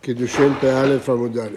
קידושין פ"א עמוד א'.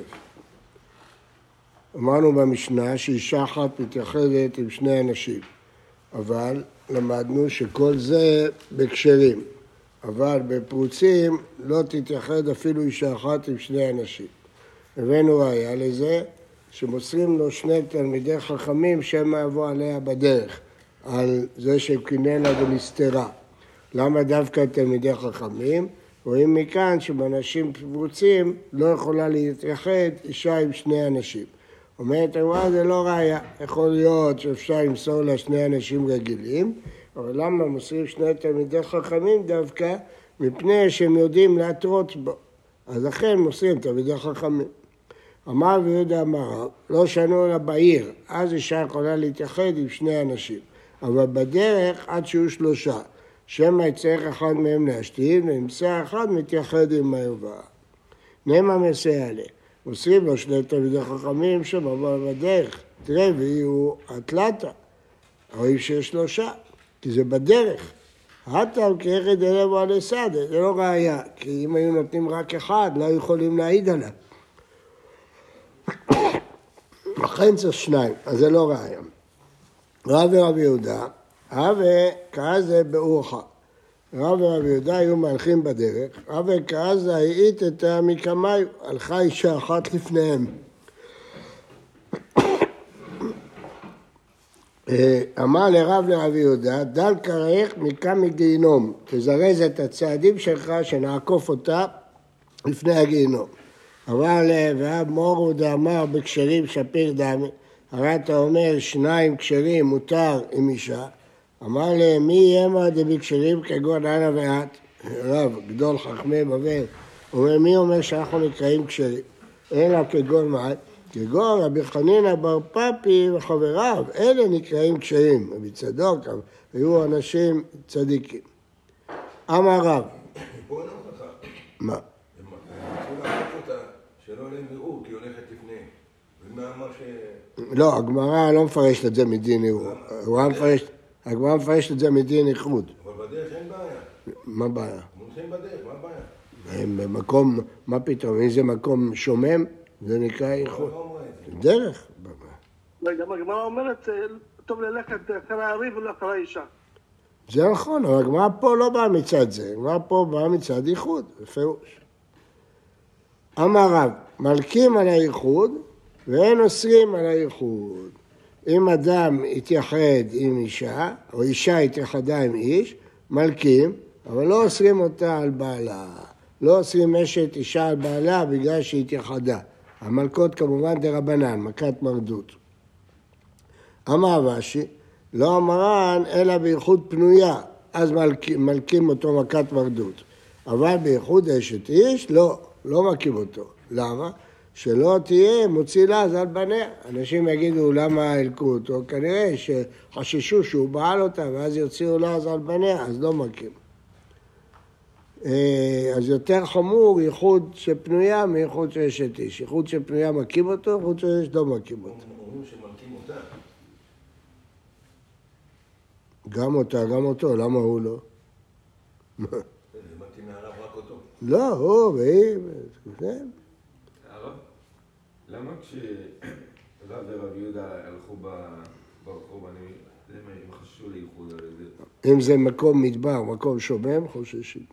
אמרנו במשנה שאישה אחת מתייחדת עם שני אנשים, אבל למדנו שכל זה בקשרים, אבל בפרוצים לא תתייחד אפילו אישה אחת עם שני אנשים. הבאנו ראיה לזה שמוסרים לו שני תלמידי חכמים שמא יבוא עליה בדרך, על זה שקיננה ונסתרה. למה דווקא תלמידי חכמים? רואים מכאן שבאנשים פרוצים לא יכולה להתייחד אישה עם שני אנשים. אומרת, זה לא ראיה, יכול להיות שאפשר למסור לה שני אנשים רגילים, אבל למה מוסרים שני תלמידי חכמים דווקא? מפני שהם יודעים להתרות בו. אז לכן מוסרים תלמידי חכמים. אמר ויהודה אמר, לא שנו לה בעיר, אז אישה יכולה להתייחד עם שני אנשים. אבל בדרך עד שיהיו שלושה. שמא יצטרך אחד מהם להשתין, ונמצא אחד מתייחד עם היובה. נמה מסייע לה. מוסרים לו שני תלמידי חכמים שבא בדרך. תראה, ויהיו התלתה. רואים שיש שלושה, כי זה בדרך. הטעם כאחד אלו על הסדה, זה לא ראיה, כי אם היו נותנים רק אחד, לא יכולים להעיד עליו. לכן צריך שניים, אז זה לא ראיה. רב ורב יהודה, וכזה באורחה. רב ורב יהודה היו מהלכים בדרך, וכזה העיט את המקמי, הלכה אישה אחת לפניהם. אמר לרב לרב יהודה, דל קרייך מכאן מגיהינום, תזרז את הצעדים שלך שנעקוף אותה לפני הגיהינום. אבל ואב מורו דאמר בקשרים שפיר דמי, הרי אתה אומר שניים קשרים מותר עם אישה, אמר להם מי ימה דבקשרים כגון אנה ואת, רב גדול חכמי בבל, אומר מי אומר שאנחנו נקראים קשרים, אלא כגון מה? כגון רבי חנינא בר פפי וחבריו, אלה נקראים קשרים, רבי צדוק, היו אנשים צדיקים. אמר רב. מה? שלא להם נראו, כי היא הולכת לפניהם. ומה אמר ש... לא, הגמרא לא מפרשת את זה מדין נראו. הגמרא מפרשת את זה מדין איחוד. אבל בדרך אין בעיה. מה בעיה? הם הולכים בדרך, מה הבעיה? הם במקום, מה פתאום? אם זה מקום שומם, זה נקרא איחוד. דרך. הגמרא אומרת, טוב ללכת אחרי הריב ולא אחרי האישה. זה נכון, אבל הגמרא פה לא באה מצד זה. הגמרא פה באה מצד איחוד, בפירוש. אמר רב, מלקים על הייחוד ואין אוסרים על הייחוד. אם אדם התייחד עם אישה, או אישה התייחדה עם איש, מלקים, אבל לא אוסרים אותה על בעלה. לא אוסרים אשת אישה על בעלה בגלל שהיא התייחדה. המלכות כמובן דרבנן, מכת מרדות. אמר רש"י, לא אמרן אלא בייחוד פנויה, אז מלקים אותו מכת מרדות. אבל בייחוד אשת איש, לא מקים אותו. למה? שלא תהיה מוציא לעז על בניה. אנשים יגידו למה הלקו אותו, כנראה שחששו שהוא בעל אותה ואז יוציאו לעז על בניה, אז לא מקים. אז יותר חמור ייחוד שפנויה מייחוד של אשת איש. ייחוד שפנויה מקים אותו, ייחוד של אשת לא מקים אותו. אומרים שמלקים אותה. גם אותה, גם אותו, למה הוא לא? זה מתאים מהרב רק אותו. לא, הוא והיא, הרב, למה כשרב ורב יהודה הלכו ברחוב, הם חששו לייחוד על זה? אם זה מקום מדבר, מקום שומם, חוששים.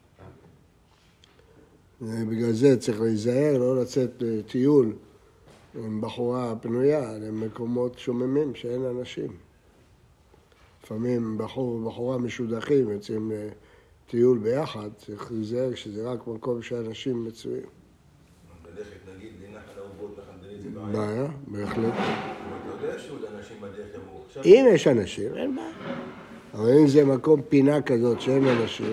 בגלל זה צריך להיזהר, לא לצאת לטיול עם בחורה פנויה, למקומות שוממים שאין אנשים. לפעמים בחורה משודכים יוצאים לטיול ביחד, צריך להיזהר שזה רק מקום שאנשים מצויים. בדרך נגיד, לנחל האובות, לחמדנית זה בעיה. בעיה, בהחלט. אבל אתה יודע שעוד אנשים בדרך יבואו. אם יש אנשים, אין בעיה. אבל אם זה מקום פינה כזאת שאין אנשים,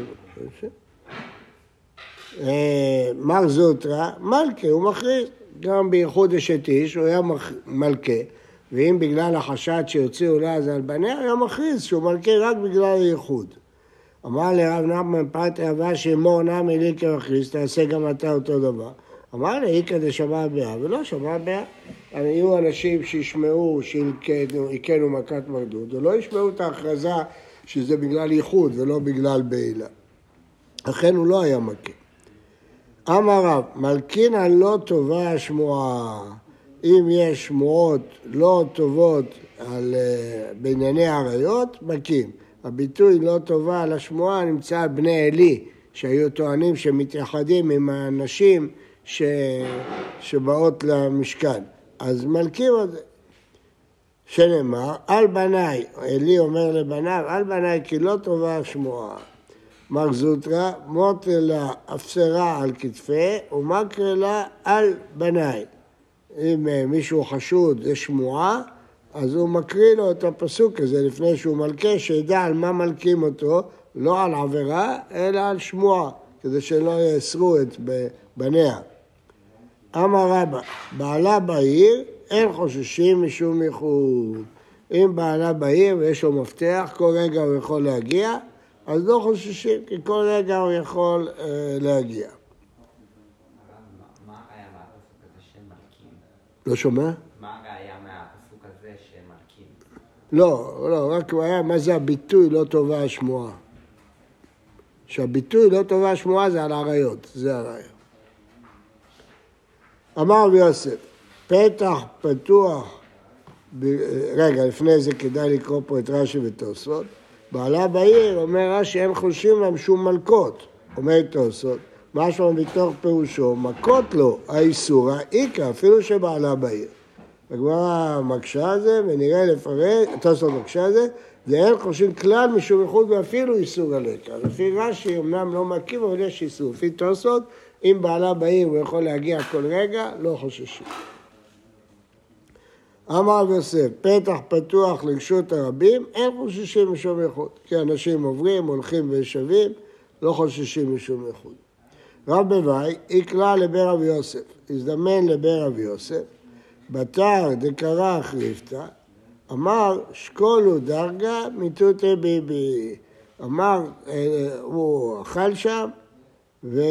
מר זוטרא, מלכה, הוא מכריז. גם בייחוד אשת איש, הוא היה מלכה, ואם בגלל החשד שיוציאו לעז על בניה, היה מכריז שהוא מלכה רק בגלל הייחוד. אמר לרב נחמן פת אהבה שאמור נמי לי כמכריז, תעשה גם אתה אותו דבר. אמר לה, איקא דשמע ביה, ולא שמע ביה. היו אנשים שישמעו שהכנו מכת מרדות, ולא ישמעו את ההכרזה שזה בגלל ייחוד ולא בגלל בעילה. לכן הוא לא היה מכה. אמר רב, מלכינן לא טובה השמועה. אם יש שמועות לא טובות בענייני עריות, מכים. הביטוי לא טובה על השמועה נמצא על בני עלי, שהיו טוענים שמתייחדים עם האנשים שבאות למשכן. אז מלכים על זה. שנאמר, על בניי, עלי אומר לבניו, על בניי כי לא טובה השמועה. מר זוטרא, מוטר לה אפסרה על כתפי ומקרא לה על בניי. אם מישהו חשוד זה שמועה, אז הוא מקריא לו את הפסוק הזה לפני שהוא מלכה, שידע על מה מלכים אותו, לא על עבירה, אלא על שמועה, כדי שלא יאסרו את בניה. אמר רבא, בעלה בעיר, אין חוששים משום ייחוד. אם בעלה בעיר ויש לו מפתח, כל רגע הוא יכול להגיע, אז לא חוששים, כי כל רגע הוא יכול להגיע. מה היה מהפסוק הזה שמלכים? לא שומע? מה היה מהפסוק הזה שמלכים? לא, רק הוא היה, מה זה הביטוי לא טובה השמועה? שהביטוי לא טובה השמועה זה על עריות, זה הרעיון. אמר רבי יוסף, פתח פתוח, רגע, לפני זה כדאי לקרוא פה את רש"י ותוספות, בעלה בעיר אומר רש"י אין חוששים להם שום מלכות, אומר תוספות, משהו מתוך פירושו, מכות לו האיסורה איקרא, אפילו שבעלה בעיר. הגמרא מקשה על זה, ונראה לפרט, תוספות מקשה על זה, ואין חושבים כלל משום ייחוד ואפילו איסור הלקה. לפי רש"י אמנם לא מקים, אבל יש איסור. לפי תוספות, אם בעלה בעיר הוא יכול להגיע כל רגע, לא חוששים. אמר יוסף, פתח פתוח לרשות הרבים, אין חוששים משום ייחוד. כי אנשים עוברים, הולכים ושבים, לא חוששים משום ייחוד. רב בוואי, יקרא לבר רבי יוסף, הזדמן לבר רבי יוסף, בתר דקרא החריפתא, אמר שקולו דרגה מיתותי ביבי. אמר, הוא אכל שם והוא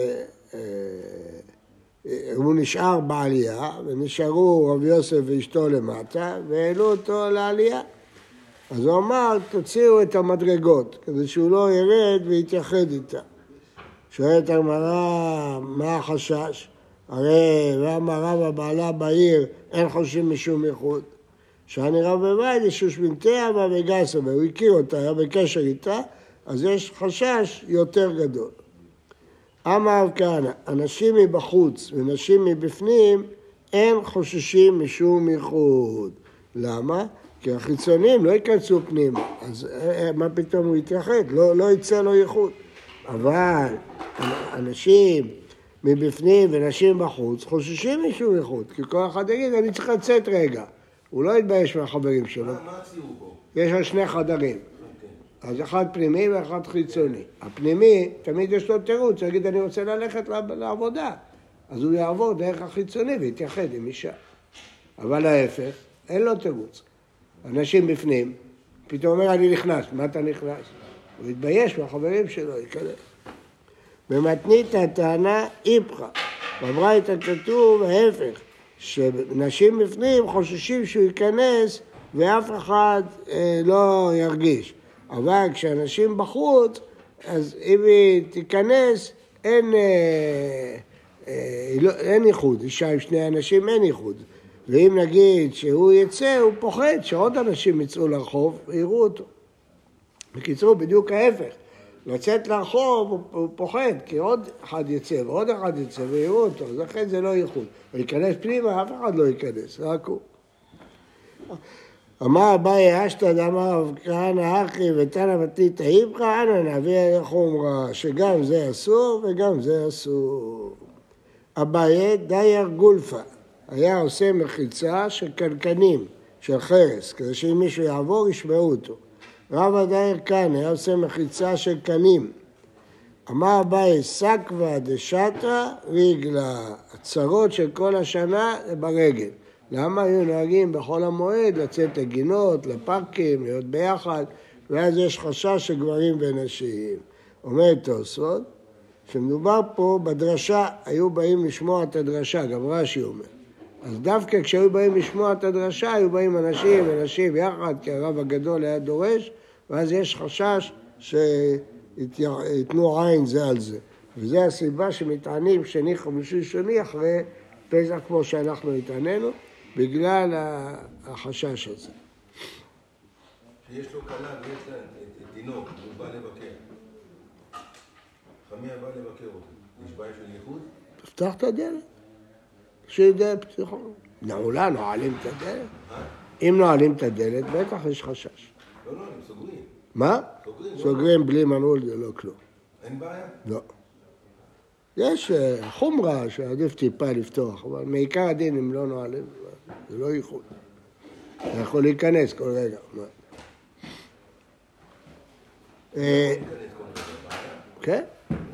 נשאר בעלייה, ונשארו רבי יוסף ואשתו למטה והעלו אותו לעלייה. אז הוא אמר, תוציאו את המדרגות, כדי שהוא לא ירד ויתייחד איתה. שואלת הגמרא, מה החשש? הרי ואמר רבא בעלה בעיר, אין חושבים משום ייחוד. שאני רב בבית, ישוש בנתי אבא וגס אבא, הוא הכיר אותה, היה בקשר איתה, אז יש חשש יותר גדול. אמר כהנא, אנשים מבחוץ ונשים מבפנים, אין חוששים משום ייחוד. למה? כי החיצונים לא ייכנסו פנימה, אז מה פתאום הוא יתייחד? לא יצא לו ייחוד. אבל אנשים מבפנים ונשים בחוץ חוששים משום ייחוד, כי כל אחד יגיד, אני צריך לצאת רגע. הוא לא יתבייש מהחברים שלו. מה הציעו פה? יש לו שני חדרים. אז אחד פנימי ואחד חיצוני. הפנימי, תמיד יש לו תירוץ, הוא יגיד, אני רוצה ללכת לעבודה. אז הוא יעבור דרך החיצוני ויתייחד עם אישה. אבל ההפך, אין לו תירוץ. אנשים בפנים, פתאום אומר, אני נכנס. מה אתה נכנס? הוא יתבייש מהחברים שלו, ייכנס. במתנית הטענה איפכה. בברייתא כתוב ההפך, שנשים בפנים חוששים שהוא ייכנס ואף אחד לא ירגיש. אבל כשאנשים בחוץ, אז אם היא תיכנס, אין ייחוד. אישה עם שני אנשים אין ייחוד. ואם נגיד שהוא יצא, הוא פוחד שעוד אנשים יצאו לרחוב ויראו אותו. בקיצור, בדיוק ההפך. לצאת לרחוב הוא פוחד, כי עוד אחד יצא ועוד אחד יצא ויראו אותו, אז לכן זה לא ייחוד. הוא ייכנס פנימה, אף אחד לא ייכנס, רק הוא. אמר אביי אשתא דאמר רב כהנא אחי ותנא מתנית איפכא, אנא נביא חומרא, שגם זה אסור וגם זה אסור. אביי דייר גולפא, היה עושה מחיצה של קנקנים, של חרס, כדי שאם מישהו יעבור ישמעו אותו. רבא דייר כאן, היה עושה מחיצה של קנים. אמר אביי, סקווה דשתא רגלה, הצרות של כל השנה ברגל. למה היו נוהגים בכל המועד לצאת לגינות, לפארקים, להיות ביחד, ואז יש חשש של גברים ונשים. אומר תוספות, שמדובר פה בדרשה, היו באים לשמוע את הדרשה, גם רש"י אומר. אז דווקא כשהיו באים לשמוע את הדרשה, היו באים אנשים ונשים יחד, כי הרב הגדול היה דורש, ואז יש חשש שיתנו עין זה על זה. וזו הסיבה שמתענים שני, חמישי, שני אחרי פסח כמו שאנחנו התענינו, בגלל החשש הזה. שיש לו כלה ויש לה תינוק, הוא בא לבקר. חמיה בא לבקר אותו. יש בעיה של ייחוד? תפתח את הדלת. שידע פתיחה. נעולה, נועלים את הדלת. אם נועלים את הדלת, בטח יש חשש. לא, הם סוגרים. מה? סוגרים בלי מנעול, זה לא כלום. אין בעיה? לא. יש חומרה שעדיף טיפה לפתוח, אבל מעיקר הדין הם לא נועלים, זה לא ייחוד. זה יכול להיכנס כל רגע. כן?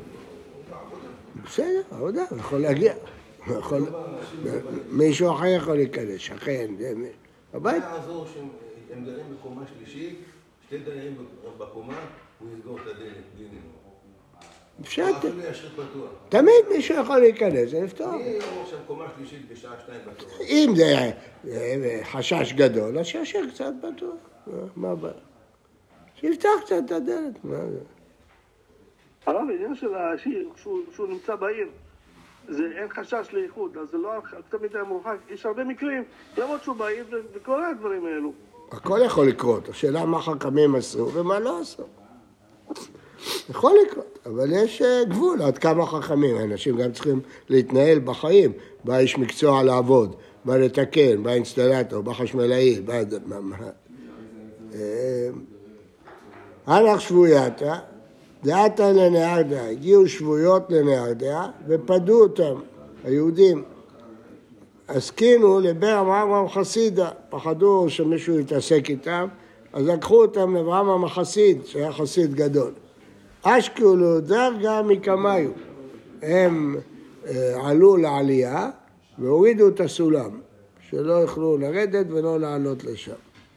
בסדר, עבודה, הוא יכול להגיע. מישהו אחר יכול להיכנס, שכן, הבית. מה יעזור שהם גרים בקומה שלישית, שתי דיירים בקומה, הוא יסגור את הדלת, אפשר, פתוח. תמיד מישהו יכול להיכנס, זה לפתור. אני אומר עכשיו קומה שלישית בשעה 2 בצהריים. אם זה חשש גדול, אז שישאר קצת פתוח. מה הבעיה? שיפתח קצת את הדלת. מה זה? הרב, העניין של השיר, שהוא נמצא בעיר, אין חשש לייחוד, אז זה לא תמיד היה מורחק. יש הרבה מקרים, למרות שהוא בעיר וכל הדברים האלו. הכל יכול לקרות, השאלה מה חכמים עשו ומה לא עשו. יכול לקרות, אבל יש גבול עד כמה חכמים. אנשים גם צריכים להתנהל בחיים, בא איש מקצוע לעבוד, בא לתקן, בא אינסטלטור, בא חשמלאי, בא... הלך שבויתה, דעתה לנהרדה, הגיעו שבויות לנהרדה ופדו אותם, היהודים. הסכינו לבר אברהם חסידה, פחדו שמישהו יתעסק איתם, אז לקחו אותם לאברהם החסיד, שהיה חסיד גדול. אשכו לו דרגה מקמיו, הם עלו לעלייה והורידו את הסולם, שלא יוכלו לרדת ולא לעלות לשם.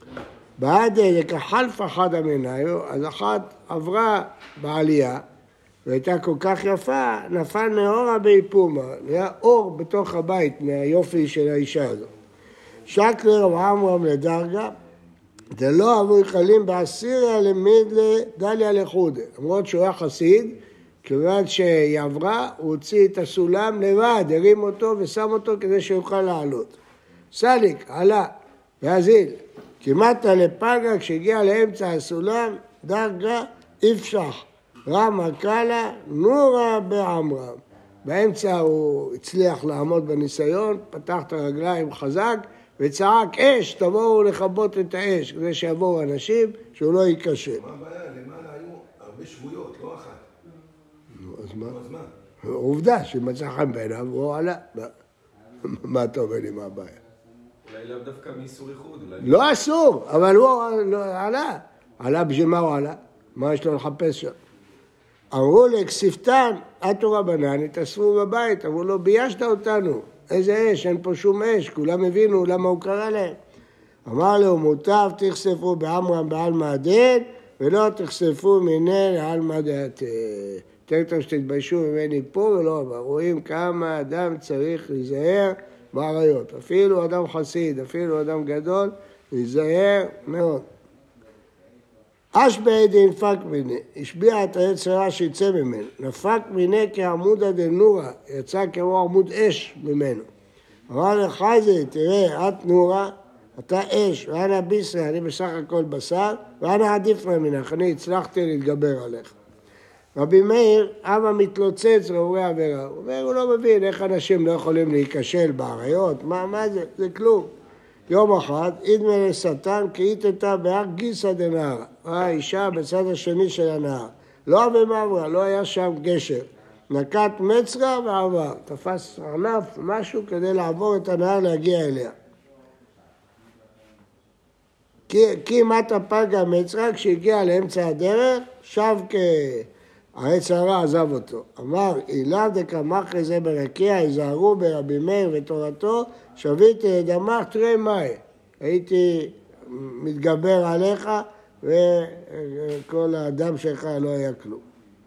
בעדה לכחלף אחד המניו, אז אחת עברה בעלייה, והייתה כל כך יפה, נפל מאורה באיפומה, נהיה אור בתוך הבית מהיופי של האישה הזאת. שקלר ואמרם לדרגה, דלא אבו יחלים בעשיריה למיד לדליה לחודה. למרות שהוא היה חסיד, כיוון שהיא עברה, הוא הוציא את הסולם לבד, הרים אותו ושם אותו כדי שיוכל לעלות. סליק, עלה, והזיל, כמעט לפגה, כשהגיע לאמצע הסולם, דרגה אפשח, רמה קלה, נורה בעמרם. באמצע הוא הצליח לעמוד בניסיון, פתח את הרגליים חזק, וצעק אש, תבואו לכבות את האש, כדי שיבואו אנשים, שהוא לא ייכשל. מה הבעיה? למעלה היו הרבה שבויות, לא אחת. אז מה? אז מה? עובדה שמצא חן בעיניו, הוא עלה. מה אתה אומר לי, מה הבעיה? אולי לאו דווקא מאיסור ייחוד, אולי... לא אסור, אבל הוא עלה. עלה בשביל מה הוא עלה? מה יש לו לחפש שם? אמרו לכספתן, אתו רבנן, התאספו בבית, אמרו לו, ביישת אותנו. איזה אש, אין פה שום אש, כולם הבינו למה הוא קרא להם. אמר לו, מוטב תחשפו בעמרם בעלמא דין, ולא תחשפו מיני לעלמא דעת. יותר טוב שתתביישו ממני פה ולא אמר. רואים כמה אדם צריך להיזהר בעריות. אפילו אדם חסיד, אפילו אדם גדול, להיזהר מאוד. אשבעי דנפק מיני, השביע את היצר רע שיצא ממנו, נפק מיני כעמודה דנורה, יצא כמו עמוד אש ממנו. אמר לך זה, תראה, את נורה, אתה אש, ואנה ביסרה, אני בסך הכל בשר, ואנה עדיף ממך, אני הצלחתי להתגבר עליך. רבי מאיר, אבא מתלוצץ לעוברי עבירה, הוא אומר, הוא לא מבין איך אנשים לא יכולים להיכשל בעריות, מה זה? זה כלום. יום אחד, אידמה לשטן, קהיתתה בהר גיסא דנהר. האישה בצד השני של הנהר. לא במעברה, לא היה שם גשר. נקט מצרה ועבר. תפס ענף, משהו כדי לעבור את הנהר להגיע אליה. כי מטה פגה מצרה, כשהגיע לאמצע הדרך, שב העץ הרע עזב אותו. אמר, אילה דקמח זה ברקיע, היזהרו ברבי מאיר ותורתו, שביתי דמך תרי מאי. הייתי מתגבר עליך, וכל האדם שלך לא היה כלום.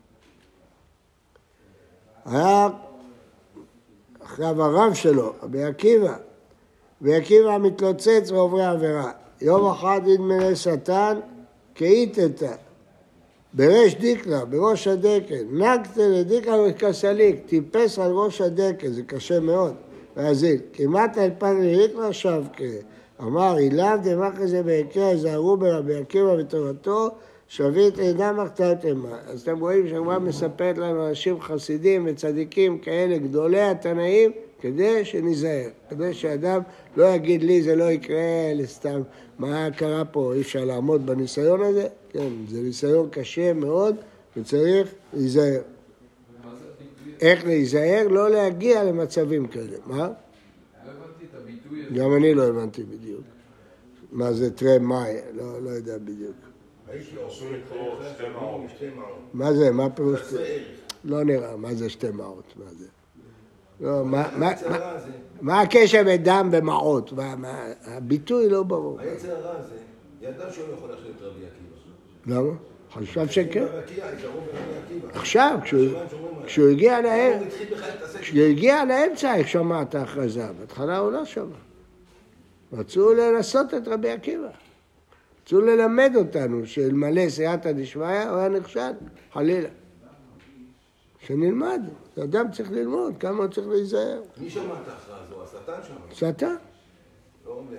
היה אחריו הרב שלו, רבי עקיבא, ועקיבא מתלוצץ ועוברי עבירה. יום אחד נדמה לשטן, קהיתתה. בראש דיקלה, בראש הדקל, נגתה לדיקלה וכסליק, טיפס על ראש הדקל, זה קשה מאוד, להזיל. כמעט על פן לדיקלה שבקה. אמר, אילם דמה כזה בעקר, זהרו ברבי עקיבא ותורתו, שביט אינה מחתת אימה. אז אתם רואים שהגמרא מספרת לנו אנשים חסידים וצדיקים כאלה, גדולי התנאים, כדי שניזהר, כדי שאדם לא יגיד לי זה לא יקרה לסתם, מה קרה פה, אי אפשר לעמוד בניסיון הזה, כן, זה ניסיון קשה מאוד וצריך להיזהר. איך להיזהר? לא להגיע למצבים כאלה, מה? לא הבנתי את הביטוי הזה. גם אני לא הבנתי בדיוק. מה זה תראה מאי, לא יודע בדיוק. הייתי אסור לקרוא שתי מעות. מה זה, מה פירוש? זה ערך. לא נראה, מה זה שתי מעות, מה זה? לא, היצר הרע הזה, מה הקשר בין דם ומעות? הביטוי לא ברור. היצר הרע הזה, ידע שהוא לא יכול להשאיר את רבי עקיבא. למה? חשב שכן. רבי עקיבא, ישארו ברבי עקיבא. עכשיו, כשהוא הגיע הוא לאמצע, התחיל בכלל להתעסק. כשהוא הגיע לאמצע, איך שמע את ההכרזה? בהתחלה הוא לא שמע. רצו לנסות את רבי עקיבא. רצו ללמד אותנו שאלמלא סייעתא דשמיא הוא היה נכשל, חלילה. שנלמד, אדם צריך ללמוד, כמה הוא צריך להיזהר. מי שמע את ההכרעה הזו? השטן שמע. שטן. לא רבי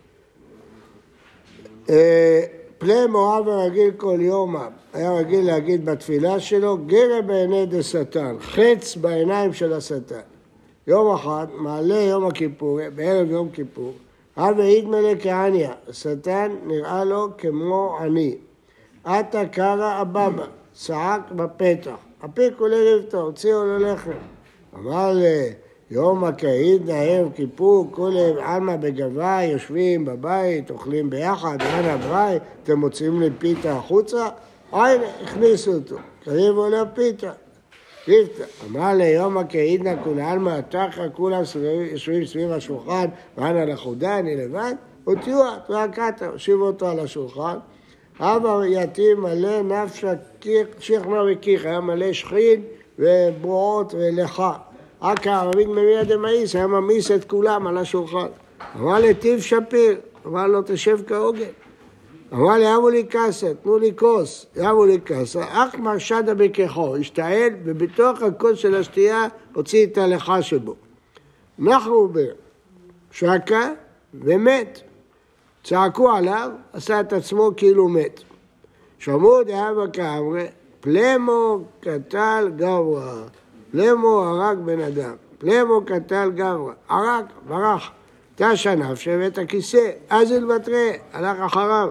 עקיבא. פלי מואב הרגיל כל יום, היה רגיל להגיד בתפילה שלו, גרה בעיני דשטן, חץ בעיניים של השטן. יום אחד, מעלה יום הכיפור, בערב יום כיפור, הווה אידמלה כעניה, השטן נראה לו כמו עני. עתה קרא אבבה, צעק בפתח, הפיקו לרבתו, הוציאו לו לחם. אמר יום הקהיד ערב כיפור, כולם עלמא בגבה, יושבים בבית, אוכלים ביחד, ענה ברי, אתם מוציאים לי פיתה החוצה? הנה, הכניסו אותו, קריבו לו פיתה. ריבתא, אמר ליום הקהידנא כולי עלמא התחא, כולם יושבים סביב השולחן, וענה לחודה, אני לבד, הוציאו, תרקתא, הושיבו אותו על השולחן, אבא יתים מלא נפשא שכנא וכיך, היה מלא שכין וברועות ולחה. אקא ערבית ממיה דמאיס, היה ממיס את כולם על השולחן. אמר לטיב שפיר, אמר לו תשב כהוגן. אמר לי, אבו לי כסה, תנו לי כוס, אבו לי כסה, אך מרשדה בכחו, השתעל, ובתוך הכוס של השתייה הוציא את הלכה שבו. נחנו בר, שקע ומת. צעקו עליו, עשה את עצמו כאילו מת. שמעו דאבא כאמרי, פלמו קטל גברא. פלמו הרג בן אדם, פלמו קטל גברא, הרג, ברח. תשע נפשה ואת הכיסא, אז אלבטרה, הלך אחריו.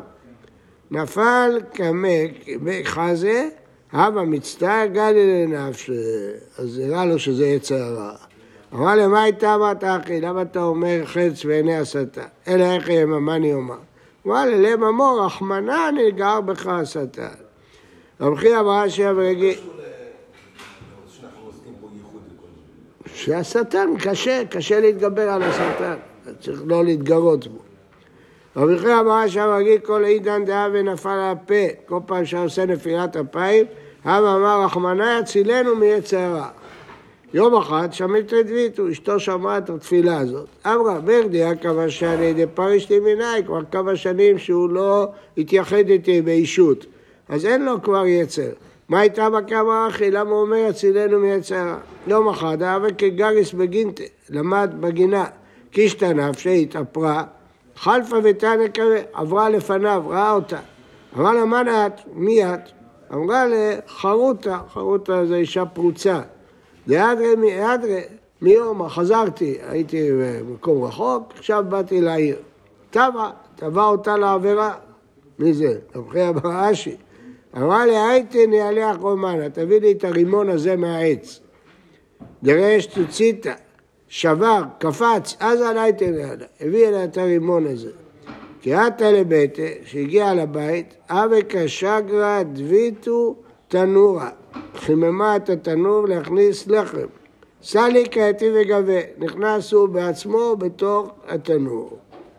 נפל כמק בחזה, הווה מצטער גלי לנפשה, אז הראה לו שזה יצר הרע. אמר לי, מה הייתה אמרת אחי? למה אתה אומר חץ ועיני השטן? אלא איך יממה אני אומר? אמר לי, למה מור, רחמנא נגער בך השטן. רבי אמרה שהברגי... שאנחנו עוסקים פה ייחוד לכל זה. שהשטן קשה להתגבר על השטן, צריך לא להתגרות בו. רבי חייא אמרה שהרגיל כל עידן דעה ונפל על הפה, כל פעם שעושה נפילת אפיים, הווה אמר רחמנא יצילנו מיצר הרע. יום אחד שמית רדביתו, אשתו שמעה את התפילה הזאת. אמרה, ברדיה כמה שנים דפרישתי מיני, כבר כמה שנים שהוא לא התייחד איתי באישות, אז אין לו כבר יצר. מה הייתה בכמה אחי? למה הוא אומר יצילנו מיצר הרע? יום אחד, הווה כגריס בגינטה, למד בגינה, קישתא נפשי התאפרה, חלפה ותנא קרא, עברה לפניו, ראה אותה. אמרה לה, מה את? מי את? אמרה לה, חרוטה, חרוטה זה אישה פרוצה. דאדרי, מיום, חזרתי, הייתי במקום רחוק, עכשיו באתי לעיר. טבע אותה לעבירה. מי זה? רבי אבא אשי. אמרה לי, הייתי נעלח רומנה, תביא לי את הרימון הזה מהעץ. דרש תוציתה. שבר, קפץ, אז עלייתי נעלה, הביא אליה את הרימון הזה. כי עתה לביתה, שהגיע לבית, אבא כשגרה דביתו תנורה, חיממה את התנור להכניס לחם. סלי קייתי וגבה, נכנס הוא בעצמו בתוך התנור,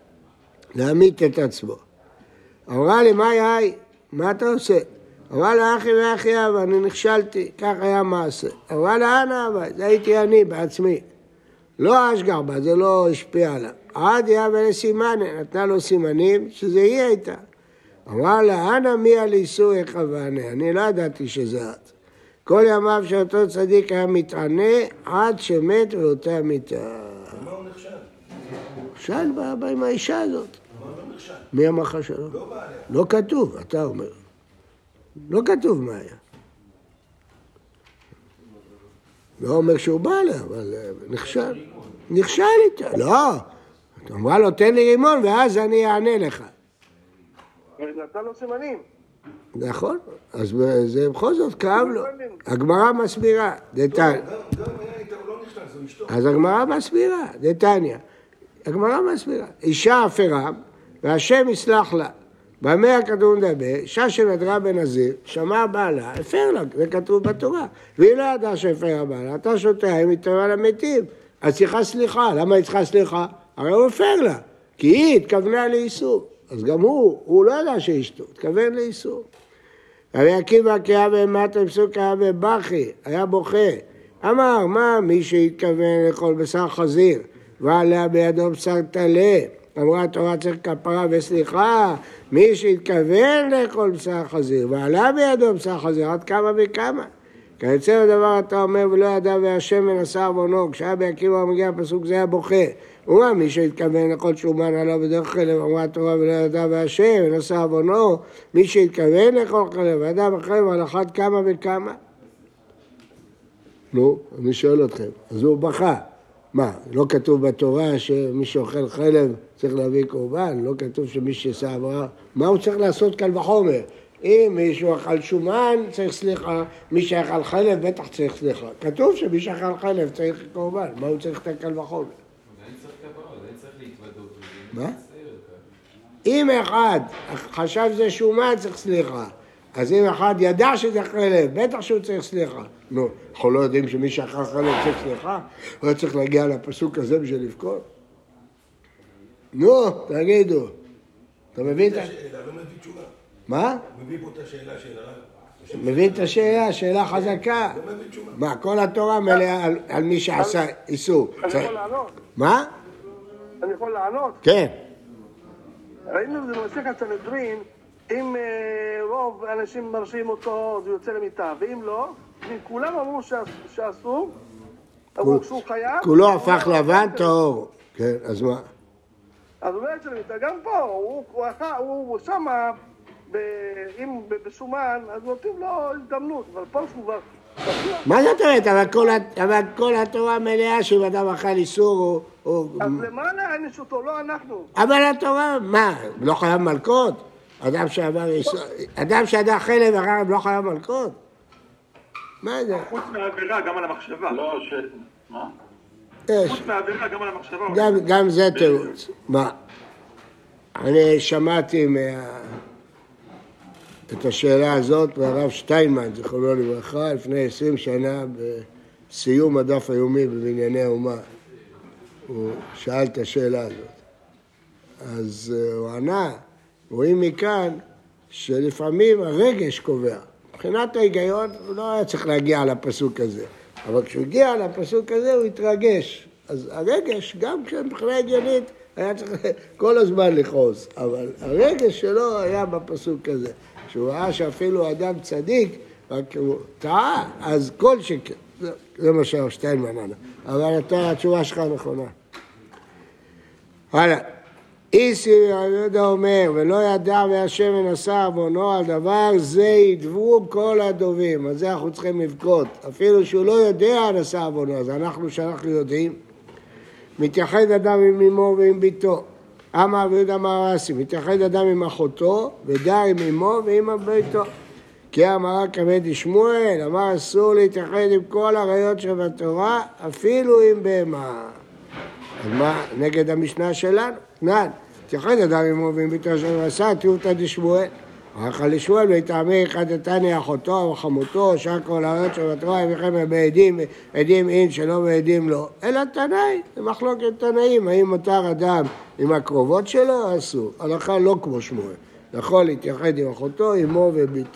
להמית את עצמו. אמרה לי, מה יאי? מה אתה עושה? אמרה לה, אחי ואחי אבא, אני נכשלתי, כך היה מעשה. אמרה לה, אנא אבא, זה הייתי אני בעצמי. לא אשגר בה, זה לא השפיע עליו. עד יאבא לסימנה, נתנה לו סימנים שזה היא הייתה. אמרה לה, אנא מי על איסור יכוונה, אני לא ידעתי שזה את. כל ימיו שאותו צדיק היה מתענה עד שמת ואותה מיתה. מה הוא נכשל? שאל בא עם האישה הזאת. מה הוא לא נכשל? מי אמר לך שלא? לא בא עליה. לא כתוב, אתה אומר. לא כתוב מה היה. לא אומר שהוא בא עליה, אבל נכשל. נכשל איתה. לא. אתה אמרה לו, תן לי רימון ואז אני אענה לך. נתן לו סימנים. נכון, אז זה בכל זאת כאב לו. הגמרא מסבירה, דתניא. גם היה איתה, הוא לא נכשל, זו אשתו. אז הגמרא מסבירה, דתניא. הגמרא מסבירה. אישה אפרה, והשם יסלח לה. במה הכתוב מדבר? אישה שנדרה בנזיר, שמע בעלה, הפר לה, זה כתוב בתורה. והיא לא ידעה שהפר בעלה, אתה שותה, היא מתארה למתים. אז צריכה סליחה, למה היא צריכה סליחה? הרי הוא הפר לה, כי היא התכוונה לאיסור. אז גם הוא לא ידע שאשתו, התכוון לאיסור. רבי עקיבא קרא בהמת הפסוק היה בבכי, היה בוכה. אמר, מה מי שהתכוון לאכול בשר חזיר, ועליה בידו בשר טלה, אמרה התורה צריך כפרה וסליחה, מי שהתכוון לאכול בשר חזיר, ועליה בידו בשר חזיר, עד כמה וכמה. כיוצא בדבר אתה אומר ולא ידע והשם מנסה עוונו, כשהיה בעקיבא מגיע הפסוק זה היה בוכה. הוא אמר מי שהתכוון לאכול שומן עליו בדרך חלב, אמרה התורה ולא ידע והשם מנסה עוונו, מי שהתכוון לאכול חלב, וידע בחלב על אחת כמה וכמה. נו, אני שואל אתכם, אז הוא בכה. מה, לא כתוב בתורה שמי שאוכל חלב צריך להביא קורבן? לא כתוב שמי שעשה עברה? מה הוא צריך לעשות קל וחומר? אם מישהו אכל שומן צריך סליחה, מי שאכל חלב בטח צריך סליחה. כתוב שמי שאכל חלב צריך קורבן, מה הוא צריך את הקל וחומר? אין צריך כפרות, אין צריך להתוודות. מה? אם אחד חשב שזה שומן צריך סליחה, אז אם אחד ידע שזה חלב, בטח שהוא צריך סליחה. נו, אנחנו לא יודעים שמי שאכל חלב צריך סליחה? הוא צריך להגיע לפסוק הזה בשביל לבכות? נו, תגידו. אתה מבין את השאלה? לא מביא תשובה. מה? מביא פה את השאלה של הרב. מבין את השאלה, שאלה חזקה. לא מביא תשובה. מה, כל התורה מלאה על מי שעשה איסור. אני יכול לענות? מה? אני יכול לענות? כן. ראינו את זה במסכת סנהדרין, אם רוב האנשים מרשים אותו, זה יוצא למיטה, ואם לא, אם כולם אמרו שאסור, אמרו שהוא חייב. כולו הפך לבן טהור. כן, אז מה? אז הוא לא יוצא למיטה, גם פה, הוא שמה, אם בשומן, אז נותנים לו הזדמנות, אבל פה שהוא כבר... מה זאת אומרת? אבל כל התורה מלאה שאם אדם אכל איסור הוא... אז למה נעניש אותו? לא אנחנו. אבל התורה, מה? לא חייב מלכות? אדם שעדה חלב הרב לא חייב מלכות? מה זה? חוץ מהעבירה, גם על המחשבה. לא, מה? חוץ מהעבירה, גם על המחשבה. גם זה תירוץ. מה? אני שמעתי את השאלה הזאת מהרב שטיינמן, זכרונו לברכה, לפני 20 שנה בסיום הדף היומי בבנייני האומה. הוא שאל את השאלה הזאת. אז הוא ענה, רואים מכאן שלפעמים הרגש קובע. מבחינת ההיגיון הוא לא היה צריך להגיע לפסוק הזה. אבל כשהוא הגיע לפסוק הזה הוא התרגש. אז הרגש, גם כשמבחינה הגיונית, היה צריך כל הזמן לכעוס. אבל הרגש שלו היה בפסוק הזה. שהוא ראה שאפילו אדם צדיק, רק הוא טעה, אז כל שכן. זה מה שטיינמן ענה. אבל התשובה שלך נכונה. הלאה. איסי יהודה אומר, ולא ידע והשם מנסה עוונו על דבר זה ידברו כל הדובים. אז זה אנחנו צריכים לבכות. אפילו שהוא לא יודע נשא עוונו, אז שאנחנו יודעים. מתייחד אדם עם אמו ועם ביתו. אמר ויהודה אמר רסי, מתייחד אדם עם אחותו, ודר עם אמו ועם ביתו. כי אמרה כבד שמואל, אמר אסור להתייחד עם כל הראיות שבתורה, אפילו עם בהמה. אז מה נגד המשנה שלנו? נען, תייחד אדם עם אמו ועם ביתו של עשה, תיובתא דשמואל. אחר לשמואל ויטעמי אחד נתניה אחותו וחמותו, שאר כל הראיות שבתורה, וכן בעדים, עדים אין שלא ועדים לא. אלא תנאי, זה מחלוקת תנאים, האם מותר אדם עם הקרובות שלו, אסור. הלכה לא כמו שמואל. יכול להתייחד עם אחותו, אמו וביתו.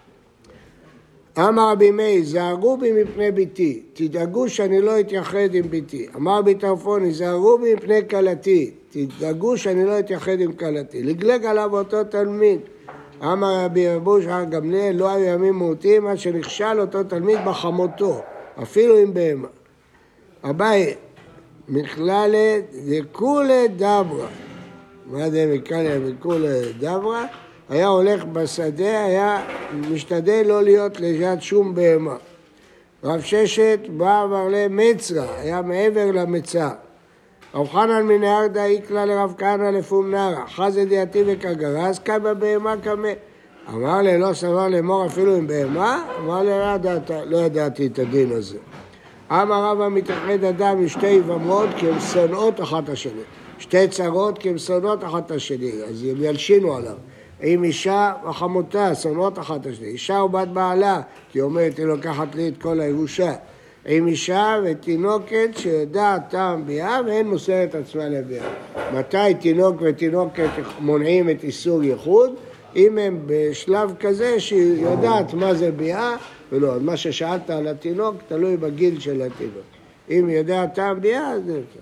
אמר רבי מאיר, זהרו בי מפני ביתי, תדאגו שאני לא אתייחד עם ביתי. אמר רבי טרפון, זהרו בי מפני כלתי, תדאגו שאני לא אתייחד עם כלתי. לגלג עליו אותו תלמיד. אמר רבי רבוש גמליאל, לא היו ימים מעוטים עד שנכשל אותו תלמיד בחמותו, אפילו עם בהמה. אביי, מכללת דכולי דברא. מה זה מכללת דכולי דברא? היה הולך בשדה, היה משתדל לא להיות ליד שום בהמה. רב ששת בא עבר למצרא, היה מעבר למצר. רב חנן מנהרדה איקלה לרב כהנא לפום נערה, חז ידיעתי וכגרס, קם בבהמה קמה. אמר לי, לא סבר לאמור אפילו עם בהמה? אמר לי, לא ידעתי את הדין הזה. אמר רבא מתאחד אדם משתי יבמות כי הן שונאות אחת השני. שתי צרות כי הן שונאות אחת השני, אז הם ילשינו עליו. עם אישה וחמותה, שונאות אחת השני. אישה ובת בעלה, כי היא אומרת, היא לוקחת לי את כל הירושה. עם אישה ותינוקת שיודעת טעם ביאה ואין מוסרת עצמה לביאה. מתי תינוק ותינוקת מונעים את איסור ייחוד? אם הם בשלב כזה שהיא יודעת מה זה ביאה ולא. מה ששאלת על התינוק תלוי בגיל של התינוק. אם היא יודעת טעם ביאה, אז זה אפשר.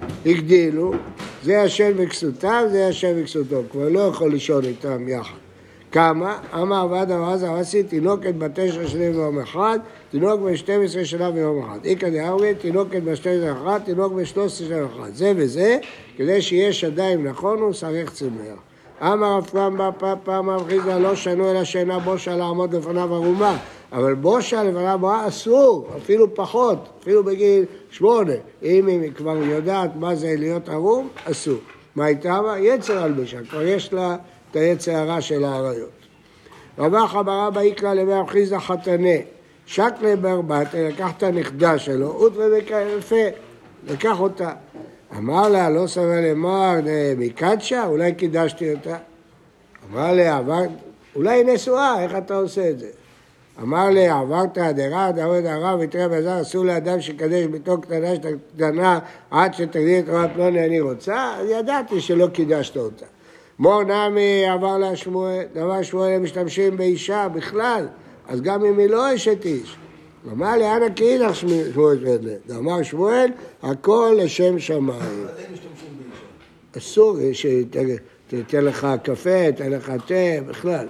הגדילו, זה השם וכסותיו, זה השם וכסותו. כבר לא יכול לישון איתם יחד. כמה? אמר עבד אברז ארסי, תינוקת בת 9 שנים ויום אחד, תינוק בת 12 שנה ויום אחד. איקא דאמרי, תינוקת בת 12 אחת, תינוק בת 13 שנה אחת. זה וזה, כדי שיהיה שדיים נכון ושרך צמח. אמר רב פעם פעם חיזה, לא שנו אלא שאינה בושה לעמוד לפניו ערומה, אבל בושה לפניו ערומה אסור, אפילו פחות, אפילו בגיל 8. אם היא כבר יודעת מה זה להיות ערום, אסור. מה הייתה בה? יצר הלבשה, כבר יש לה את היצר הרע של העריות. רבא חברה באיקלה למי חיזה חתנה, שקלה ברבת, לקח את הנכדה שלו, אוטרה וכיפה, לקח אותה. אמר לה, לא סבל למר מקדשה, אולי קידשתי אותה. אמר לה, אולי היא נשואה, איך אתה עושה את זה? אמר לה, עברת דרה, דעוד הרב, ותראה בזר, אסור לאדם שקדש ביתו קטנה קטנה, עד שתגיד את רב פלוני אני רוצה, אז ידעתי שלא קידשת אותה. מור נמי עבר לה שמואל, דבר שמואל הם משתמשים באישה בכלל, אז גם אם היא לא אשת איש. אמר לי, אנא כאילו שמואל פדלה. אמר שמואל, הכל לשם שמיים. אין משתמשים באישה. אסור שתתן לך קפה, תתן לך תה, בכלל.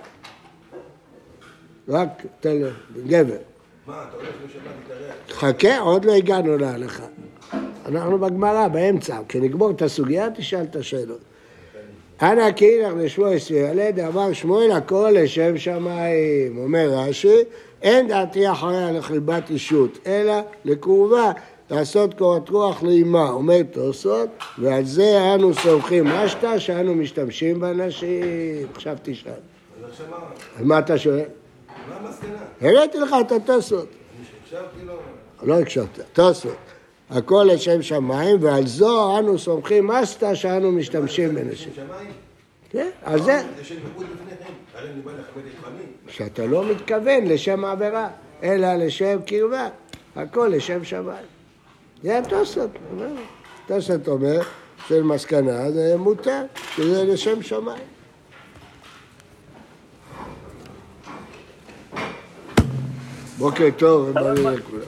רק תן גבר. מה, אתה הולך לשבת להתארח? חכה, עוד לא הגענו להלכה. אנחנו בגמרא, באמצע. כשנגמור את הסוגיה, תשאל את השאלות. אנא כאילו לשמואל סבירלד, אמר שמואל, הכל לשם שמיים. אומר רש"י, אין דעתי אחריה לחיבת אישות, אלא לקרובה, לעשות קורת רוח לאימה, אומר תוספות, ועל זה אנו סומכים משתא, שאנו משתמשים באנשים. עכשיו תשאל. אז עכשיו מה? מה אתה שואל? מה המסקנה? הראיתי לך את התוספות. הקשבתי לו. לא הקשבת, תוספות. הכל לשם שמיים, ועל זו אנו סומכים משתא, שאנו משתמשים באנשים. שמיים? כן, על זה. זה שם ייחוד לפניכם. הרי אני בא לכבד את חמי. שאתה לא מתכוון לשם העבירה, אלא לשם קרבה, הכל לשם שמיים. זה התוספות. התוספות אומר של מסקנה, זה מותר, שזה לשם שמיים. בוקר טוב, בריא לכולם.